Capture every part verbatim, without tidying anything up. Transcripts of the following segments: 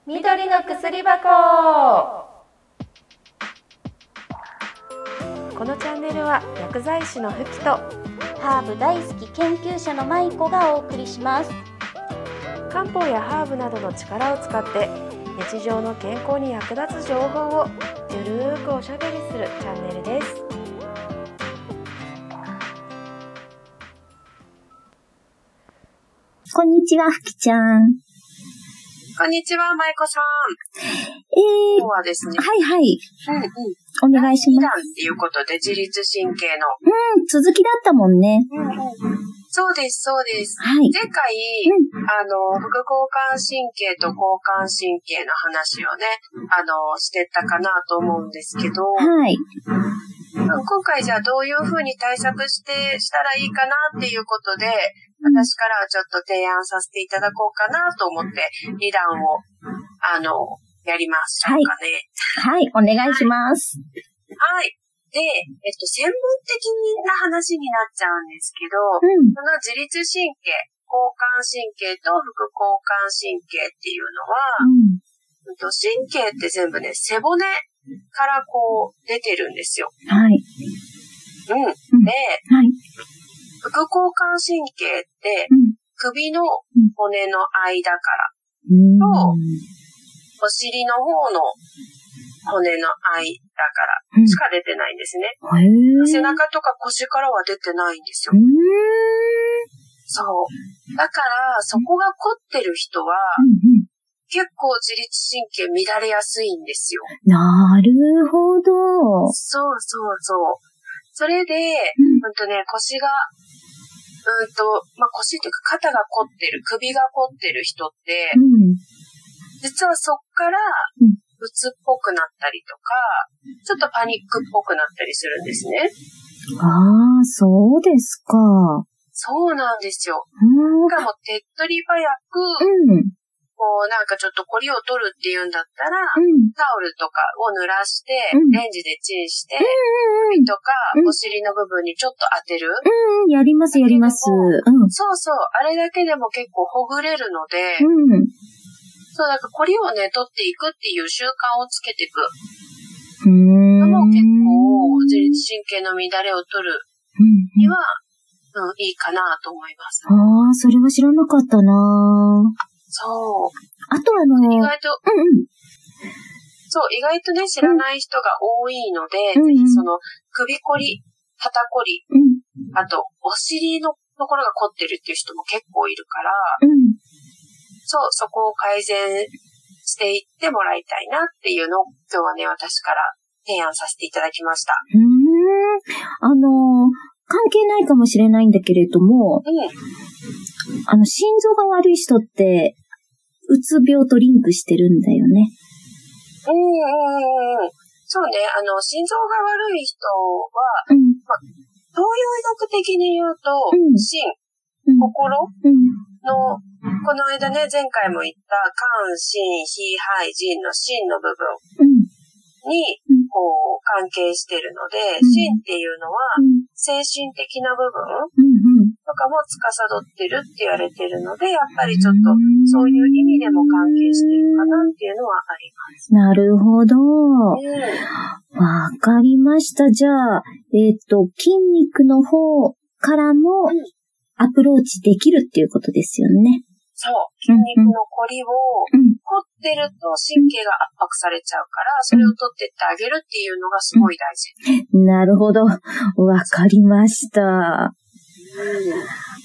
緑の薬箱。このチャンネルは薬剤師のふきとハーブ大好き研究者のまいこがお送りします。 漢方やハーブなどの力を使って日常の健康に役立つ情報をゆるーくおしゃべりするチャンネルです。 こんにちは、ふきちゃん。 こんにちは、まいこさん。 えー、 今日はですね。 はいはい。 うんうん。 お願いします。 第二弾っていうことで、自律神経の。 うん、続きだったもんね。 うんうん。そうです、そうです。 はい。 前回、うん、あの、副交感神経と交感神経の話をね、あの、してたかなと思うんですけど。 はい。 今回じゃあどういうふうに対策してしたらいいかなっていうことで、私からはちょっと提案させていただこうかなと思ってにだんをあのやりますかね。 はい、はい、お願いします。 はい。で、えっと専門的な話になっちゃうんですけど、 うん、 この自律神経、交感神経と副交感神経っていうのは、うん、神経って全部ね背骨からこう出てるんですよ。 はい。 うん。で、 はい。 副交感神経って、うん、首の骨の間から、うん、と、お尻の方の骨の間からしか出てないんですね。うん、背中とか腰からは出てないんですよ。うん、そう。だから、そこが凝ってる人は、うんうん、結構自律神経乱れやすいんですよ。 なるほど。 そうそうそう。それで、うん、ほんとね、腰が、うんと、まあ、腰っていうか肩が凝ってる、首が凝ってる人って、うん、実はそっから、うつっぽくなったりとか、ちょっとパニックっぽくなったりするんですね。 ああ、そうですか。 そうなんですよ。 うん、 しかも手っ取り早く、うん、こうなんかちょっとコリを取るっていうんだったら、うん、タオルとかを濡らして、うん、レンジでチンして、首、うん、とか、うん、お尻の部分にちょっと当てる。 うん、やりますやります。うん、 そうそう、あれだけでも結構ほぐれるので、うん、そうだからコリをね取っていくっていう習慣をつけていくのも結構自律神経の乱れを取るには、うんうん、いいかなと思います。 ああ、それは知らなかったな。 そう。 あとあの意外と、うんうん、そう、意外とね、知らない人が多いので、うん、ぜひその、首こり、肩こり、うん、あと、お尻のところが凝ってるっていう人も結構いるから、うん、そう、そこを改善していってもらいたいなっていうのを、今日はね、私から提案させていただきました。 うーん、あの、関係ないかもしれないんだけれども、うん、あの、心臓が悪い人って、うつ病とリンクしてるんだよね。 うんうんうん。そうね、あの、心臓が悪い人は、うん、ま、東洋医学的に言うと、うん、心、うん、心の、この間ね、前回も言った肝、心、脾、肺、腎の心の部分に、こう、関係してるので、うん、心っていうのは、精神的な部分とかも司ってるって言われてるので、やっぱりちょっとそういう意味でも関係してるかなっていうのはあります。 なるほど。わ、うん、かりました。じゃあ、えっと、筋肉の方からもアプローチできるっていうことですよね。 そう。筋肉のコリを、凝ってると神経が圧迫されちゃうから、それを取ってってあげるっていうのがすごい大事。 うん、なるほど。わかりました。うん、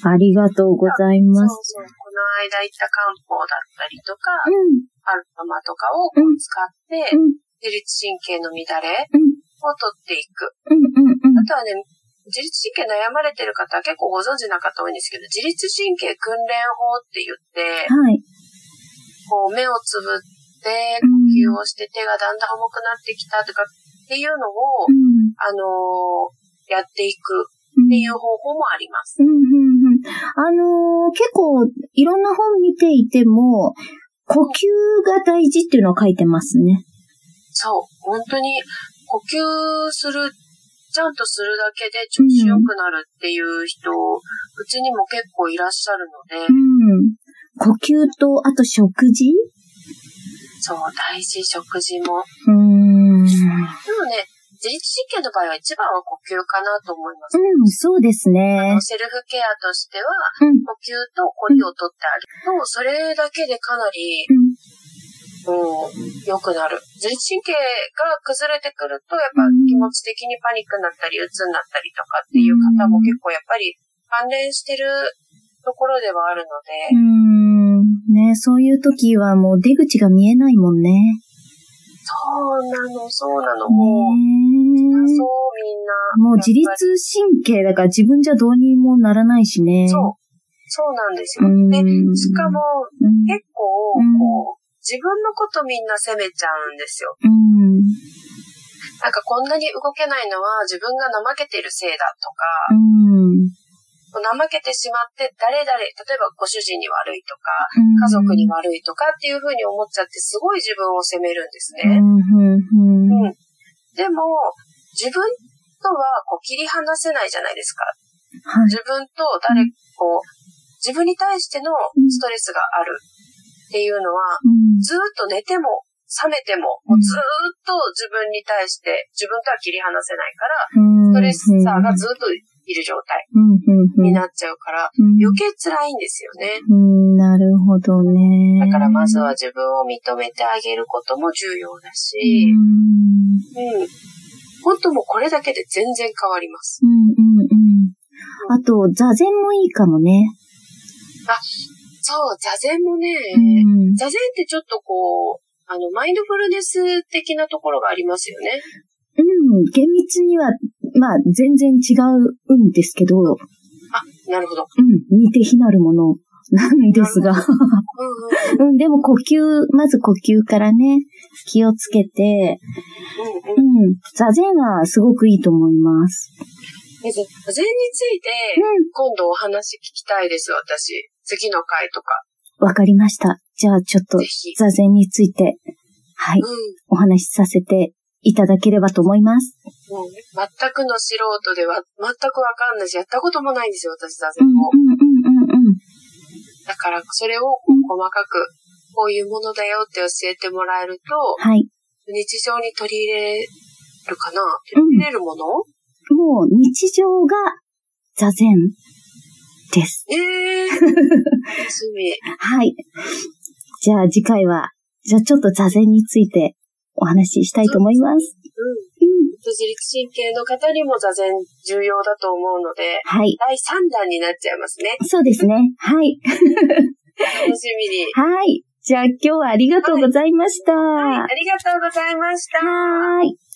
ありがとうございます。 そうそう。この間言った漢方だったりとか、うん、アルファマとかをこう使って、うん、自律神経の乱れを取っていく。うんうんうん、あとはね、自律神経悩まれてる方は結構ご存知な方多いんですけど、自律神経訓練法って言って、はい、こう目をつぶって呼吸をして手がだんだん重くなってきたとかっていうのを、うん、あのー、やっていくっていう方法もあります。 うんうんうん、あのー、結構いろんな本見ていても、呼吸が大事っていうのを書いてますね。 そう、本当に呼吸するちゃんとするだけで調子良くなるっていう人、うん、うちにも結構いらっしゃるので、 うん、呼吸とあと食事そう、大事、食事も。 うーん。でもね、自律神経の場合は一番は呼吸かなと思います。 うん、そうですね。 セルフケアとしては、うん、呼吸とコリを取ってあげると、それだけでかなり、うん、良くなる。自律神経が崩れてくると、やっぱ気持ち的にパニックになったり、鬱になったりとかっていう方も結構やっぱり関連してるところではあるので。 うーん。ね、そういう時はもう出口が見えないもんね。 そうなの、そうなの、もう。そう、みんな。 もう自律神経だから自分じゃどうにもならないしね。 そう。そうなんですよ。で、しかも、結構、こう、自分のことみんな責めちゃうんですよ。なんかこんなに動けないのは自分が怠けているせいだとか、怠けてしまって誰々、例えばご主人に悪いとか、家族に悪いとかっていうふうに思っちゃってすごい自分を責めるんですね。うん、でも、自分とはこう切り離せないじゃないですか。はい、自分と誰、こう、自分に対してのストレスがあるっていうのは、ずーっと寝ても覚めても、もうずーっと自分に対して自分とは切り離せないから、ストレスさがずっといる状態になっちゃうから、余計辛いんですよね。 うん、なるほどね。 だからまずは自分を認めてあげることも重要だし、うん、本当もうこれだけで全然変わります。 うんうんうん、あと、座禅もいいかもね。 あ、そう、座禅もね、うん、座禅ってちょっとこう、あの、マインドフルネス的なところがありますよね。 うん、厳密には、まあ、全然違うんですけど。 あ、なるほど。 うん、似て非なるものなんですが。うん、うん、でも呼吸、まず呼吸からね、気をつけて、うん、うん、座禅はすごくいいと思います。 座禅について、今度お話聞きたいです、私。次の回とか。 わかりました。じゃあちょっと座禅について、はい、うん、お話しさせていただければと思います。 もう全くの素人では全くわかんないし、やったこともないんですよ、私座禅も。 うんうんうんうんうん。 だからそれを細かく、こういうものだよって教えてもらえると、 はい、 日常に取り入れるかな？取り入れるもの？うん、 もう日常が座禅です。 えー、楽しみ。 はい。じゃあ次回は、じゃあちょっと座禅についてお話ししたいと思います。 うん。うん、自律神経の方にも座禅重要だと思うので、 はい。 だいさんだんになっちゃいますね。 そうですね。はい。 楽しみに。 はい。じゃあ今日はありがとうございました。 はい。はい、ありがとうございました。 はい。